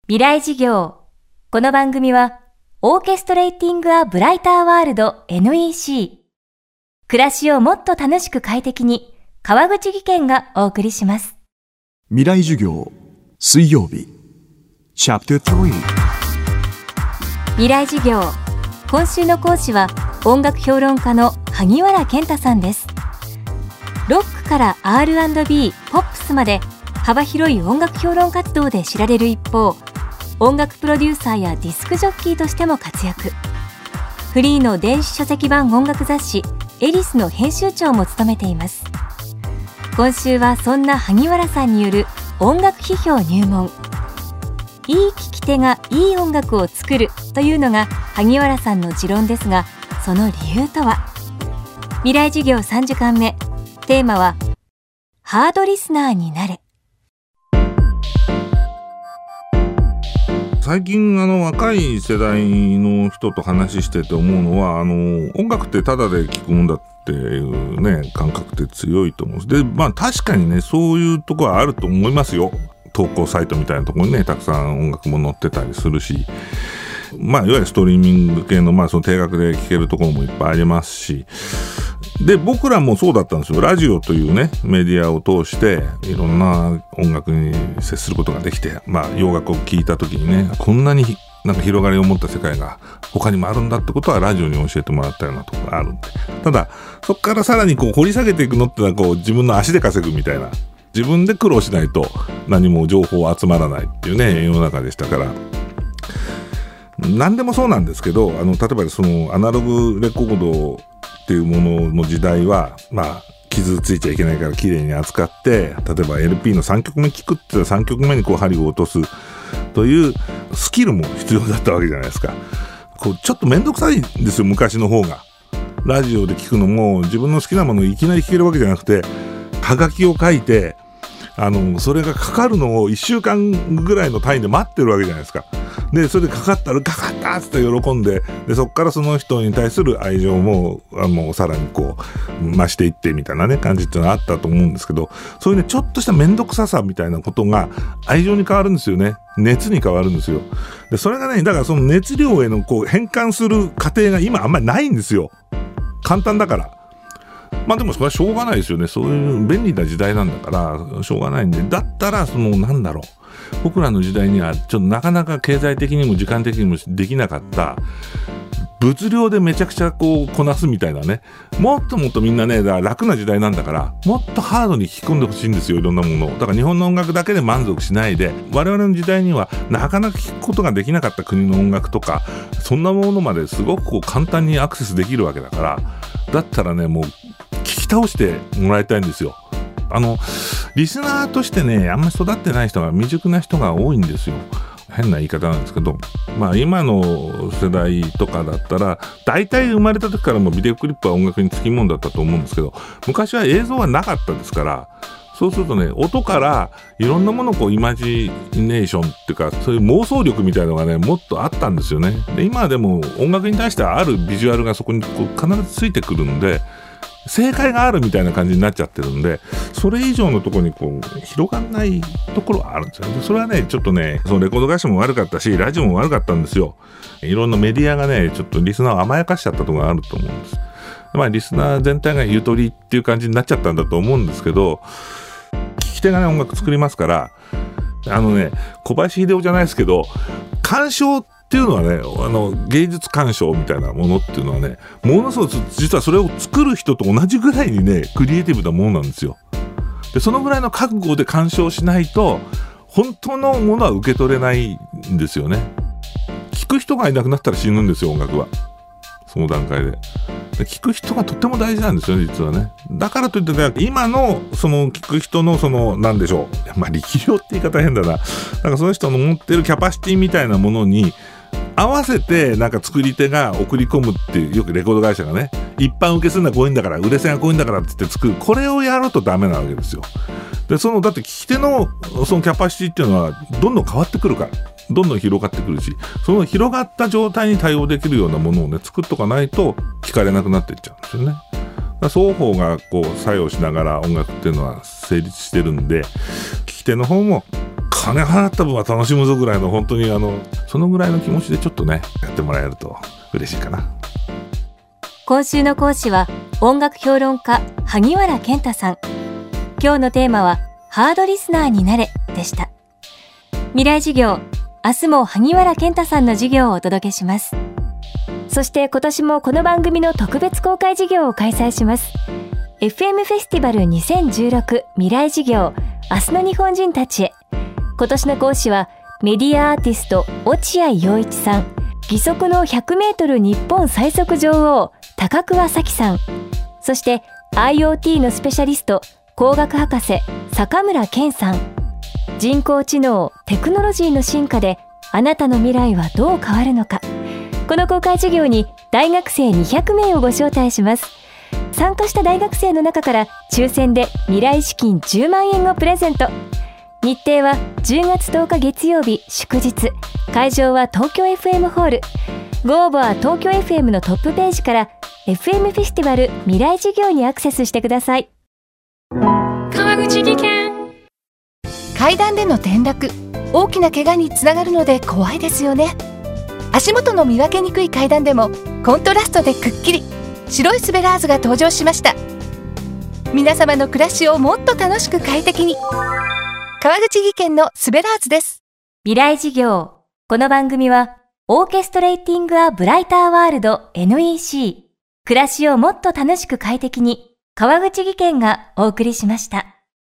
未来事業。この番組はオーケストレーティング・ア・ブライター・ワールド NEC 暮らしをもっと楽しく快適に川口義賢がお送りします。 未来授業水曜日チャプター3 未来事業。今週の講師は音楽評論家の萩原健太さんです。ロックから R&B、ポップスまで幅広い音楽評論活動で知られる一方、音楽プロデューサーやディスクジョッキーとしても活躍。フリーの電子書籍版音楽雑誌エリスの編集長も務めています。今週はそんな萩原さんによる音楽批評入門。いい聴き手がいい音楽を作るというのが萩原さんの持論ですが、その理由とは。未来事業3時間目、テーマはハードリスナーになれ。 最近若い世代の人と話してて思うのは、音楽ってタダで聴くもんだっていうね感覚って強いと思うんです。で、確かにねそういうところはあると思いますよ。投稿サイトみたいなところにねたくさん音楽も載ってたりするし、いわゆるストリーミング系のその定額で聴けるところもいっぱいありますし、で僕らもそうだったんですよ。ラジオというねメディアを通していろんな音楽に接することができて、洋楽を聴いた時にねこんなに広がりを持った世界が他にもあるんだってことはラジオに教えてもらったようなところがあるんで、ただそこからさらに掘り下げていくのってのは自分の足で稼ぐみたいな、自分で苦労しないと何も情報集まらないっていうね世の中でしたから、何でもそうなんですけど、例えばそのアナログレコードっていうものの時代は傷ついちゃいけないから綺麗に扱って、例えば LP の3曲目聴くって言ったら3曲目に針を落とすというスキルも必要だったわけじゃないですか。ちょっとめんどくさいんですよ昔の方が。ラジオで聴くのも自分の好きなものをいきなり聴けるわけじゃなくて、はがきを書いてそれがかかるのを1週間ぐらいの単位で待ってるわけじゃないですか。でそれでかかったっつって喜んで、そこからその人に対する愛情もさらに増していってみたいなね感じっていうのはあったと思うんですけど、そういうねちょっとしためんどくささみたいなことが愛情に変わるんですよね。熱に変わるんですよ。でそれがねだからその熱量への変換する過程が今あんまりないんですよ。簡単だから。でもそれはしょうがないですよね。そういう便利な時代なんだからしょうがないんで、だったら僕らの時代にはちょっとなかなか経済的にも時間的にもできなかった物量でめちゃくちゃこなすみたいなね、もっともっとみんなね楽な時代なんだからもっとハードに聞き込んでほしいんですよ、いろんなものを。だから日本の音楽だけで満足しないで、我々の時代にはなかなか聞くことができなかった国の音楽とかそんなものまですごく簡単にアクセスできるわけだから、だったらねもう聞き倒してもらいたいんですよ。リスナーとしてねあんまり育ってない人が未熟な人が多いんですよ。変な言い方なんですけど、今の世代とかだったら大体生まれた時からもうビデオクリップは音楽につきもんだったと思うんですけど、昔は映像はなかったですから、そうするとね音からいろんなものをイマジネーションっていうかそういう妄想力みたいなのがねもっとあったんですよね。で今はでも音楽に対してあるビジュアルがそこに必ずついてくるんで、正解があるみたいな感じになっちゃってるんで、それ以上のところに広がんないところはあるんですよね。それはねちょっとねそのレコード会社も悪かったしラジオも悪かったんですよ。いろんなメディアがねちょっとリスナーを甘やかしちゃったところがあると思うんです。リスナー全体がゆとりっていう感じになっちゃったんだと思うんですけど、聞き手がね音楽作りますから、小林秀夫じゃないですけど鑑賞っていうのはね芸術鑑賞みたいなものっていうのはねものすごく実はそれを作る人と同じぐらいにねクリエイティブなものなんですよ。でそのぐらいの覚悟で鑑賞しないと本当のものは受け取れないんですよね。聞く人がいなくなったら死ぬんですよ音楽は。その段階で聞く人がとっても大事なんですよね実はね。だからといってね今のその聞く人のなんでしょう、力量って言い方変だな。その人の持ってるキャパシティみたいなものに合わせて作り手が送り込むっていう、よくレコード会社がね一般受けするのはこういうんだから売れ線はこういうんだからって言って作る、これをやるとダメなわけですよ。でだって聞き手のそのキャパシティっていうのはどんどん変わってくるからどんどん広がってくるし、その広がった状態に対応できるようなものをね作っとかないと聞かれなくなっていっちゃうんですよね。双方が作用しながら音楽っていうのは成立してるんで、聞き手の方も金払った分は楽しむぞぐらいの、本当にそのぐらいの気持ちでちょっとねやってもらえると嬉しいかな。 今週の講師は音楽評論家萩原健太さん。今日のテーマはハードリスナーになれでした。未来授業、明日も萩原健太さんの授業をお届けします。そして今年もこの番組の特別公開授業を開催します。 FM フェスティバル2016未来授業、明日の日本人たちへ。今年の講師はメディアアーティスト落合陽一さん、義足の100メートル日本最速女王高桑早紀さん、そして IoT のスペシャリスト工学博士坂村健さん。人工知能、テクノロジーの進化であなたの未来はどう変わるのか。この公開授業に大学生200名をご招待します。参加した大学生の中から抽選で未来資金10万円をプレゼント。日程は10月10日月曜日祝日。会場は東京 FM ホール。ご応募は東京 FM のトップページから FM フェスティバル未来授業にアクセスしてください。 川口技研。階段での転落、大きな怪我につながるので怖いですよね。足元の見分けにくい階段でもコントラストでくっきり白いスベラーズが登場しました。皆様の暮らしをもっと楽しく快適に、川口技研のスベラーズです。 未来授業、この番組はオーケストレーティングアブライターワールド NEC、暮らしをもっと楽しく快適に、川口技研がお送りしました。